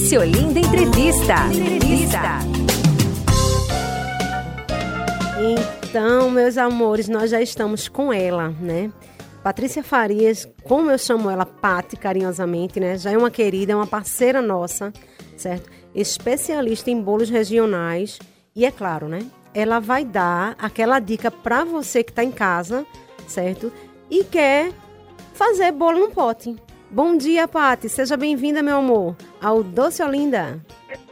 Doce Olinda Entrevista. Então, meus amores, nós já estamos com ela, né? Patrícia Farias, como eu chamo ela, Pati, carinhosamente, né? Já é uma querida, é uma parceira nossa, certo? Especialista em bolos regionais. E é claro, né? Ela vai dar aquela dica para você que está em casa, certo? E quer fazer bolo no pote. Bom dia, Pati. Seja bem-vinda, meu amor, ao Doce Olinda.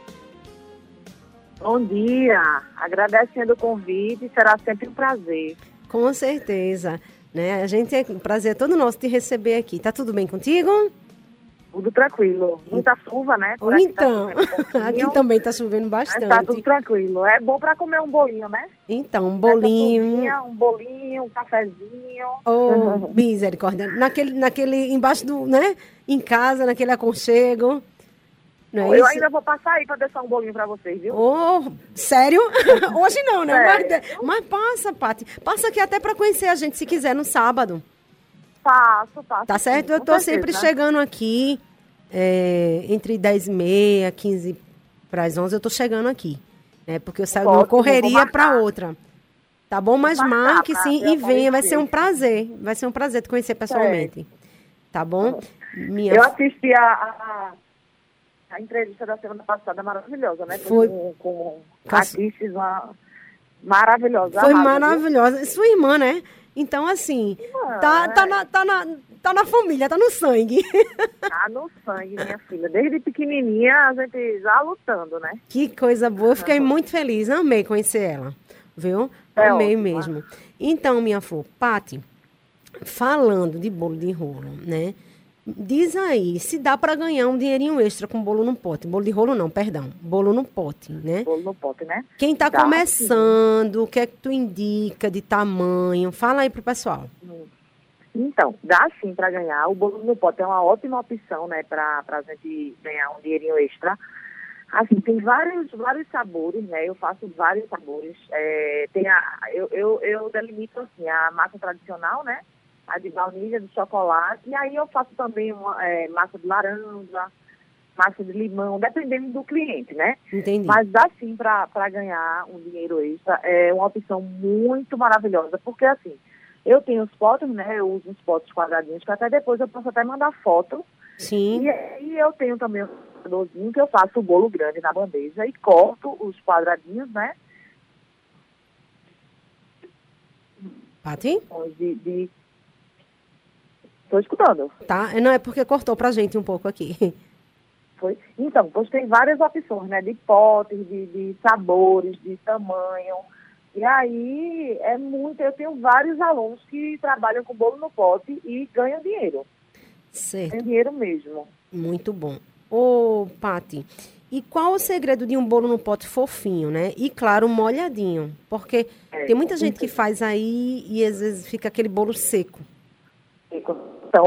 Bom dia. Agradecendo o convite, será sempre um prazer. Com certeza. Né? A gente o prazer é todo nosso de receber aqui. Tá tudo bem contigo? Tudo tranquilo. Muita chuva, né? Por Então, tá aqui também tá chovendo bastante. Mas tá tudo tranquilo. É bom para comer um bolinho, né? Então, um bolinho. Um bolinho, um cafezinho. Oh, misericórdia. Naquele embaixo do, né? Em casa, naquele aconchego. Não é Eu isso? ainda vou passar aí para deixar um bolinho para vocês, viu? Oh, sério? Hoje não, né? Mas passa, Pati. Passa aqui até para conhecer a gente, se quiser, no sábado. Passo. Tá certo? Sim, Eu tô sempre chegando aqui, entre 10h30, 15 para as 11, eu tô chegando aqui. Né? Porque eu saio de uma correria para outra. Tá bom? Mas marque sim e venha, vai ser um prazer. Vai ser um prazer te conhecer pessoalmente. Tá bom? Eu assisti a entrevista da semana passada, maravilhosa, né? Foi. Com artistas maravilhosa. Foi maravilhosa. Sua irmã, né? Então, assim, tá na família, tá no sangue. Tá no sangue, minha filha. Desde pequenininha, a gente já lutando, né? Que coisa boa. Eu fiquei muito feliz. Amei conhecer ela. Viu? Amei mesmo. Então, minha flor, Pati, falando de bolo de rolo, né? Diz aí, se dá para ganhar um dinheirinho extra com bolo no pote. Bolo de rolo não, perdão. Bolo no pote, né? Bolo no pote, né? Quem tá começando, o que é que tu indica de tamanho? Fala aí pro pessoal. Então, dá sim para ganhar. O bolo no pote é uma ótima opção, né? Pra gente ganhar um dinheirinho extra. Assim, tem vários sabores, né? Eu faço vários sabores. Eu delimito, assim, a massa tradicional, né? A de baunilha, de chocolate, e aí eu faço também massa de laranja, massa de limão, dependendo do cliente, né? Entendi. Mas dá sim para ganhar um dinheiro extra, é uma opção muito maravilhosa, porque assim, eu tenho os potes, né? Eu uso os potes quadradinhos, que até depois eu posso até mandar foto. Sim. E aí eu tenho também um cortadorzinho que eu faço o bolo grande na bandeja e corto os quadradinhos, né? Pati? Estou escutando. Tá, não é porque cortou pra gente um pouco aqui. Foi. Então, pois tem várias opções, né? De potes, de sabores, de tamanho. E aí, eu tenho vários alunos que trabalham com bolo no pote e ganham dinheiro. Certo. Ganham dinheiro mesmo. Muito bom. Ô, Pati, e qual o segredo de um bolo no pote fofinho, né? E, claro, molhadinho. Porque tem muita gente que faz aí e, às vezes, fica aquele bolo seco. Então,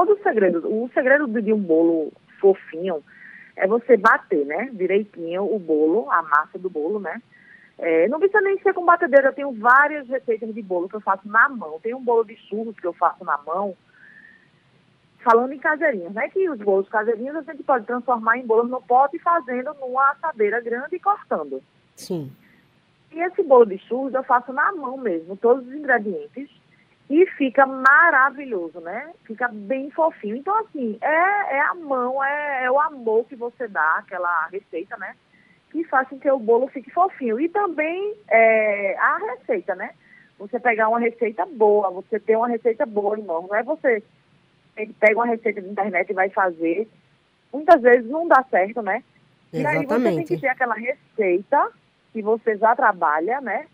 o segredo de um bolo fofinho é você bater, né, direitinho o bolo, a massa do bolo, né? Não precisa nem ser com batedeira, eu tenho várias receitas de bolo que eu faço na mão. Tem um bolo de churros que eu faço na mão, falando em caseirinhos, né? Que os bolos caseirinhos a gente pode transformar em bolos no pote fazendo numa assadeira grande e cortando. Sim. E esse bolo de churros eu faço na mão mesmo, todos os ingredientes. E fica maravilhoso, né? Fica bem fofinho. Então, assim, é a mão, é o amor que você dá àquela receita, né? Que faz com que o bolo fique fofinho. E também a receita, né? Você pegar uma receita boa, você ter uma receita boa em mão. Não é você pega uma receita da internet e vai fazer. Muitas vezes não dá certo, né? Exatamente. E aí você tem que ter aquela receita que você já trabalha, né?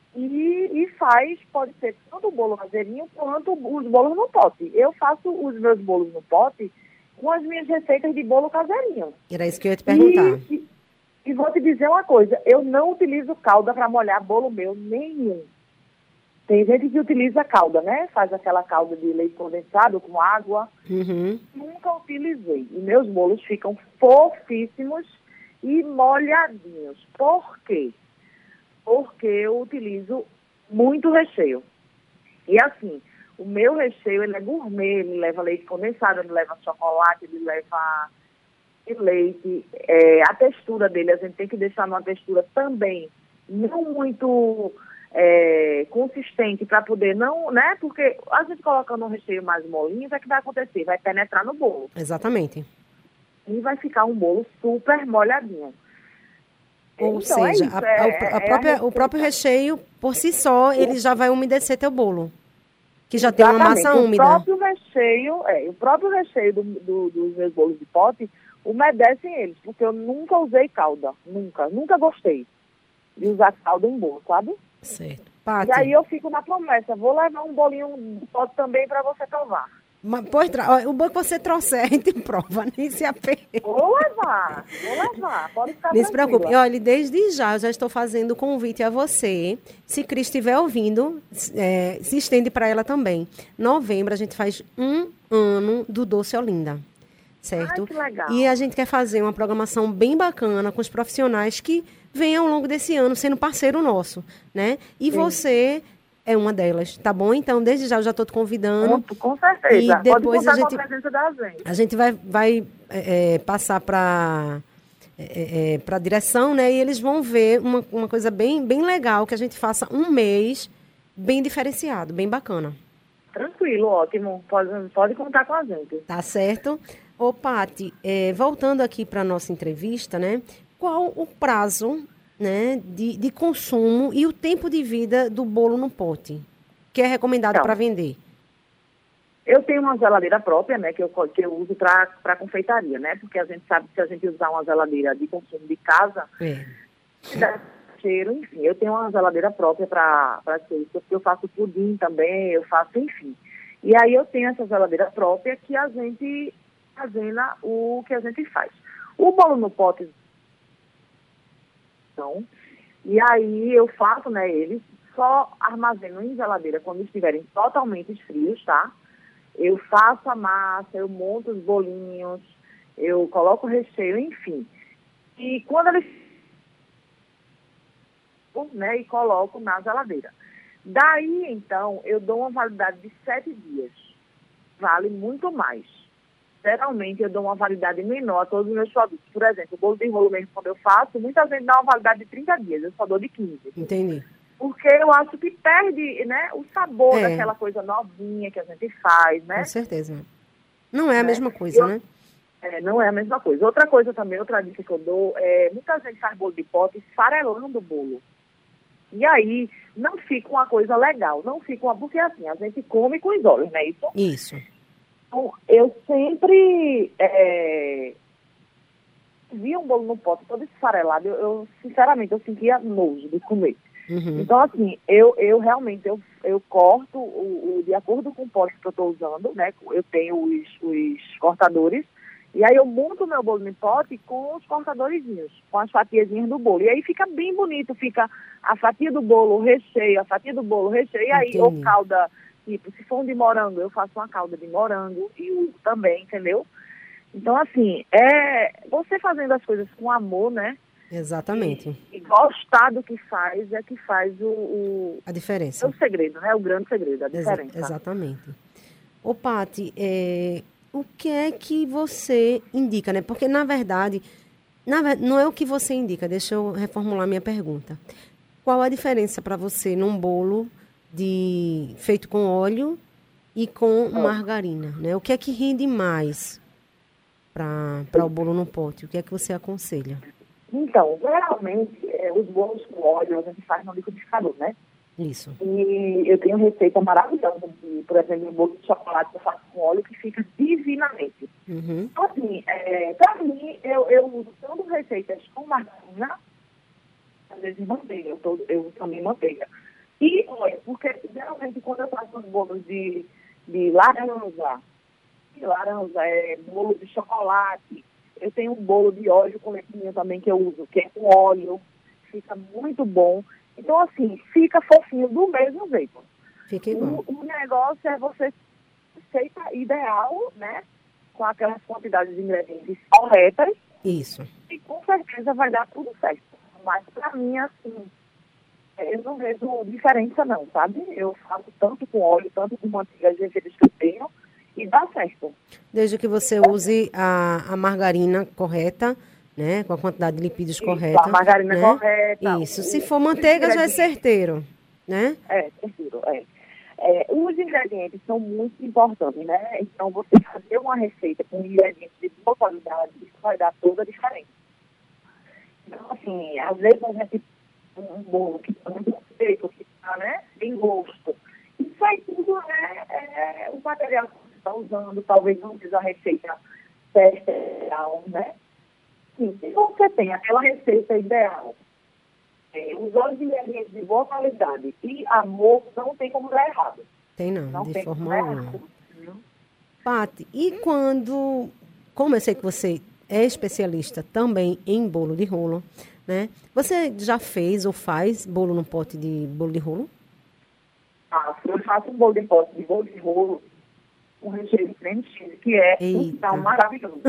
E faz, pode ser tanto o bolo caseirinho quanto os bolos no pote. Eu faço os meus bolos no pote com as minhas receitas de bolo caseirinho. Era isso que eu ia te perguntar. E vou te dizer uma coisa, eu não utilizo calda para molhar bolo meu nenhum. Tem gente que utiliza calda, né? Faz aquela calda de leite condensado com água. Uhum. Nunca utilizei. E meus bolos ficam fofíssimos e molhadinhos. Por quê? Porque eu utilizo muito recheio. E assim, o meu recheio, ele é gourmet, ele leva leite condensado, ele leva chocolate, ele leva de leite, a textura dele, a gente tem que deixar numa textura também não muito consistente para poder não, né? Porque a gente colocando um recheio mais molinho, o que vai acontecer? Vai penetrar no bolo. Exatamente. E vai ficar um bolo super molhadinho. Ou Então, seja, isso, o próprio recheio, por si só, ele já vai umedecer teu bolo. Que já tem uma massa úmida. O próprio recheio dos meus bolos de pote umedecem eles, porque eu nunca usei calda. Nunca gostei de usar calda em bolo, sabe? Certo. Paty. E aí eu fico na promessa, vou levar um bolinho de pote também para você provar. Mas, o bom que você trouxer, a gente prova, nem se apega. Vou levar, pode ficar não se preocupe. tranquila. Olha, desde já, eu já estou fazendo o convite a você. Se Cris estiver ouvindo, se estende para ela também. Novembro, a gente faz 1 ano do Doce Olinda, certo? Ai, que legal. E a gente quer fazer uma programação bem bacana com os profissionais que vêm ao longo desse ano sendo parceiro nosso, né? E você é uma delas, tá bom? Então, desde já, eu já estou te convidando. Com certeza. E depois pode contar com a presença da gente. A gente vai passar para a direção, né? E eles vão ver uma coisa bem legal, que a gente faça um mês bem diferenciado, bem bacana. Tranquilo, ótimo. Pode contar com a gente. Tá certo? Ô, Paty, voltando aqui para a nossa entrevista, né? Qual o prazo, né, de consumo e o tempo de vida do bolo no pote, que é recomendado para vender? Eu tenho uma geladeira própria, né, que eu uso para confeitaria, né? Porque a gente sabe que se a gente usar uma geladeira de consumo de casa, dá cheiro, enfim. Eu tenho uma geladeira própria para isso, porque eu faço pudim também, eu faço, enfim. E aí eu tenho essa geladeira própria que a gente armazena o que a gente faz. O bolo no pote, então, e aí eu faço, né, eles só armazeno em geladeira quando estiverem totalmente frios, tá? Eu faço a massa, eu monto os bolinhos, eu coloco o recheio, enfim. E quando eles... né, e coloco na geladeira. Daí, então, eu dou uma validade de 7 dias. Vale muito mais. Geralmente, eu dou uma validade menor a todos os meus produtos. Por exemplo, o bolo de rolo mesmo, quando eu faço, muita gente dá uma validade de 30 dias. Eu só dou de 15. Entendi. Porque eu acho que perde, né, o sabor daquela coisa novinha que a gente faz, né? Com certeza. Não é a mesma coisa, né? Não é a mesma coisa. Outra coisa também, outra dica que eu dou, muita gente faz bolo de pote esfarelando o bolo. E aí, não fica uma coisa legal. Não fica uma... Porque assim, a gente come com os olhos, né? Isso. Então, eu sempre vi um bolo no pote todo esfarelado. Eu sinceramente, eu sentia nojo de comer. Uhum. Então, assim, eu realmente, eu corto de acordo com o pote que eu estou usando, né? Eu tenho os cortadores, e aí eu monto o meu bolo no pote com os cortadorzinhos, com as fatiazinhas do bolo. E aí fica bem bonito, fica a fatia do bolo, o recheio, a fatia do bolo, o recheio, e aí, ou calda, tipo, se for um de morango, eu faço uma calda de morango e uso também, entendeu? Então, assim, você fazendo as coisas com amor, né? Exatamente. E gostar do que faz é que faz a diferença. É o segredo, né? O grande segredo, a diferença. Exatamente. Ô, Paty, o que é que você indica, né? Porque, na verdade, não é o que você indica. Deixa eu reformular minha pergunta. Qual a diferença para você num bolo feito com óleo e com margarina, né? O que é que rende mais para o bolo no pote? O que é que você aconselha? Então, geralmente, os bolos com óleo a gente faz no liquidificador, né? Isso. E eu tenho receita maravilhosa de, por exemplo, um bolo de chocolate que eu faço com óleo que fica divinamente. Uhum. Então, assim, para mim, eu uso tanto receitas com margarina, às vezes manteiga, eu uso também manteiga. E óleo, porque geralmente quando eu faço os bolos de laranja, bolo de chocolate, eu tenho um bolo de óleo com leitinho também que eu uso, que é com óleo, fica muito bom. Então, assim, fica fofinho do mesmo jeito. Fica igual. O negócio é você receita ideal, né? Com aquelas quantidades de ingredientes corretas. Isso. E com certeza vai dar tudo certo. Mas pra mim, assim, eu não vejo diferença não, sabe? Eu faço tanto com óleo, tanto com manteiga, as receitas que eu tenho. e dá certo. Desde que você use a margarina correta, né? Com a quantidade de lipídios correta. A margarina né? correta. Isso. Se for manteiga, já é certeiro, né? Certeiro, os ingredientes são muito importantes, né? Então, você fazer uma receita com ingredientes de boa qualidade, isso vai dar toda a diferença. Então, assim, às vezes a gente um bolo que está muito seco, que está, né, sem gosto. Isso aí tudo é o material que você está usando, talvez não seja a receita certa, ideal, né? Sim, se você tem aquela receita ideal, usando os ingredientes de boa qualidade e amor, não tem como dar errado. Tem não de tem forma alguma. Pati, e quando, como eu sei que você é especialista também em bolo de rolo, né? Você já fez ou faz bolo no pote de bolo de rolo? Eu faço um bolo de pote de bolo de rolo com recheio de creme cheese, que é maravilhoso.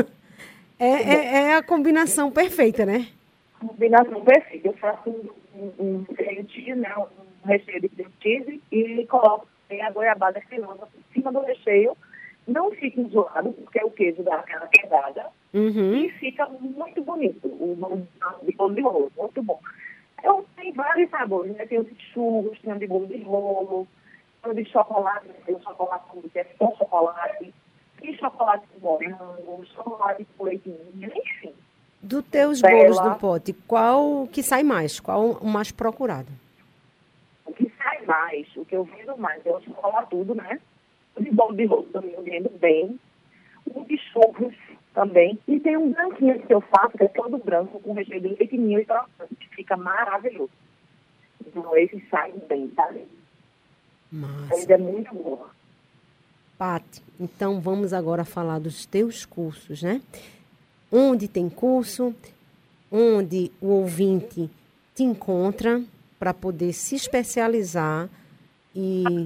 É a combinação perfeita, né? Combinação perfeita. Eu faço um creme cheese, né? Um recheio de creme cheese e coloco a goiabada cremosa por cima do recheio. Não fica enjoado, porque o queijo dá aquela quebrada. E fica muito bonito o bolo de rolo, muito bom. Tem vários sabores, né? Tem o de churros, tem o de bolo de rolo, tem o de chocolate, tem o chocolate que é só chocolate, tem chocolate com morango, chocolate com leite ninho, enfim. Dos teus bolos do pote, qual que sai mais? Qual o mais procurado? O que sai mais, o que eu vendo mais é o chocolatudo, né? O de bolo de rolo também eu vendo bem. O de churros também. E tem um branquinho que eu faço, que é todo branco, com recheio de leite ninho e croissant, que fica maravilhoso. Então, esse sai bem, tá? Massa. Ele é muito boa. Pati, então vamos agora falar dos teus cursos, né? Onde tem curso, onde o ouvinte te encontra para poder se especializar e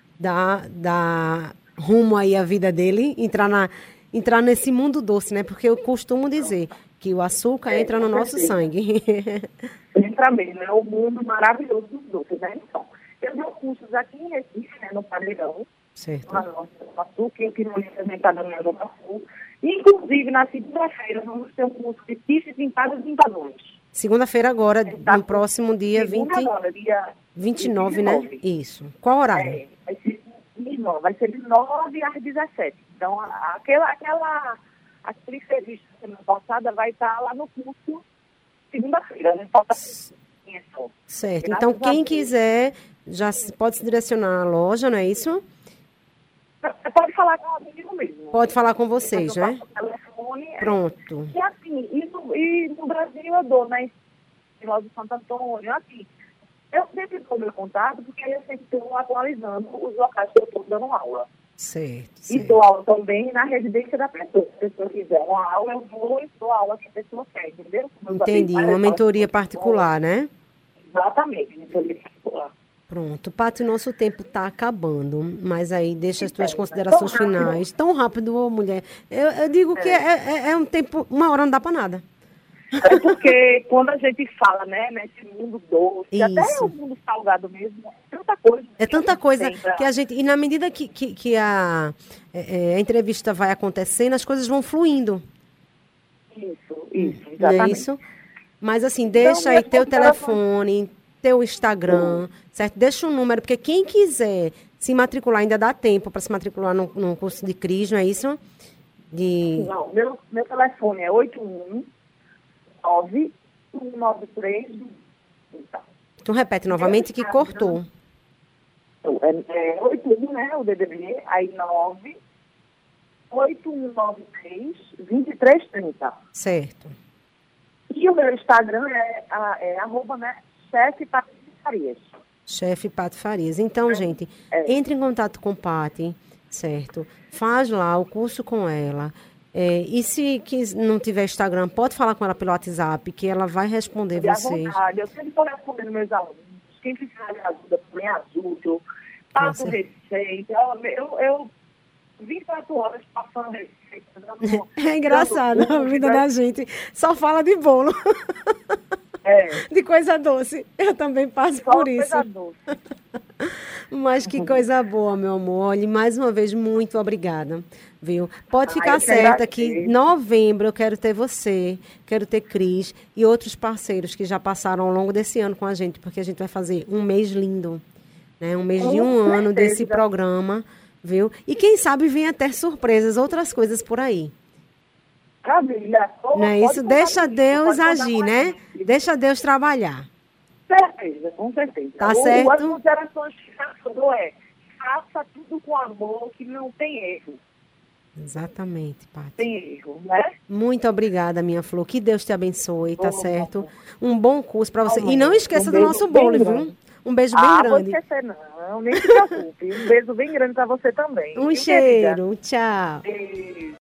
dar rumo aí à vida dele, entrar nesse mundo doce, né? Porque eu costumo dizer que o açúcar entra no nosso sangue. Entra mesmo, é o mundo maravilhoso dos doces, né? Então, eu dou cursos aqui em Recife, né, no Padrão, certo. no açúcar, eu quero me apresentar na minha Zona Sul. Inclusive, na segunda-feira, vamos ter um curso de piches, empadas e empadões. Segunda-feira agora, no próximo dia 29, né? Isso. Qual horário? Vai ser de 9 às 17. Então, aquele serviço da semana passada vai estar lá no curso segunda-feira, né? Certo. Então, quem quiser, já pode se direcionar à loja, não é isso? Você pode falar com o amigo mesmo. Pode falar com vocês, né? Telefone, pronto. E assim, e no Brasil eu dou, né? Em Loja de Santo Antônio, assim. Eu sempre dou meu contato, porque aí eu sempre estou atualizando os locais que eu estou dando aula. Certo. E dou aula também na residência da pessoa. Se a pessoa quiser uma aula, eu vou e dou aula que a pessoa quer, entendeu? Entendi, uma mentoria particular, né? Exatamente, mentoria particular. Pronto, Pati, o nosso tempo está acabando, mas aí deixa as tuas considerações finais. Tão rápido, ô mulher. Eu digo que é um tempo, uma hora não dá para nada. É porque quando a gente fala, né, nesse mundo doce, isso. Até o mundo salgado mesmo, é tanta coisa. É tanta coisa que a gente... E na medida que a entrevista vai acontecendo, as coisas vão fluindo. Isso, exatamente. Não é isso? Mas assim, deixa aí teu telefone, teu Instagram, certo? Deixa um número, porque quem quiser se matricular, ainda dá tempo para se matricular no curso de Cris, não é isso? Não, meu telefone é 819-193. Tu repete novamente que cortou. É 81, né, o DDD, aí 9-8193-2330. Certo. E o meu Instagram é arroba, né, Chefe Patrícia Farias. Chefe Pati Farias. Então, gente, entre em contato com Pati, certo? Faz lá o curso com ela. E se não tiver Instagram, pode falar com ela pelo WhatsApp, que ela vai responder vocês. Eu sempre estou respondendo meus alunos. Quem precisar de ajuda, também ajudo. Passo receita. Eu 24 horas passando receita. É engraçado a vida da gente. Só fala de bolo. De coisa doce. Eu também passo por isso. Coisa doce. Mas que coisa boa, meu amor. Olha, mais uma vez, muito obrigada, viu? Pode ficar eu certa que que em novembro eu quero ter você, quero ter Cris e outros parceiros que já passaram ao longo desse ano com a gente, porque a gente vai fazer um mês lindo, né? Um mês de um ano desse programa, viu? E quem sabe vem até surpresas, outras coisas por aí. Camila, Não é isso? Deixa Deus agir, né? Deixa Deus trabalhar. Certeza, com certeza. Tá certo? As considerações que você falou faça tudo com amor, que não tem erro. Exatamente, Paty. Tem erro, né? Muito obrigada, minha flor. Que Deus te abençoe, tá certo? Um bom curso para você. Amém. E não esqueça do nosso bolo, viu? Um beijo bem grande. Não vou esquecer, não. Nem se preocupe. Um beijo bem grande para você também. Um cheiro. Tchau. Beijo.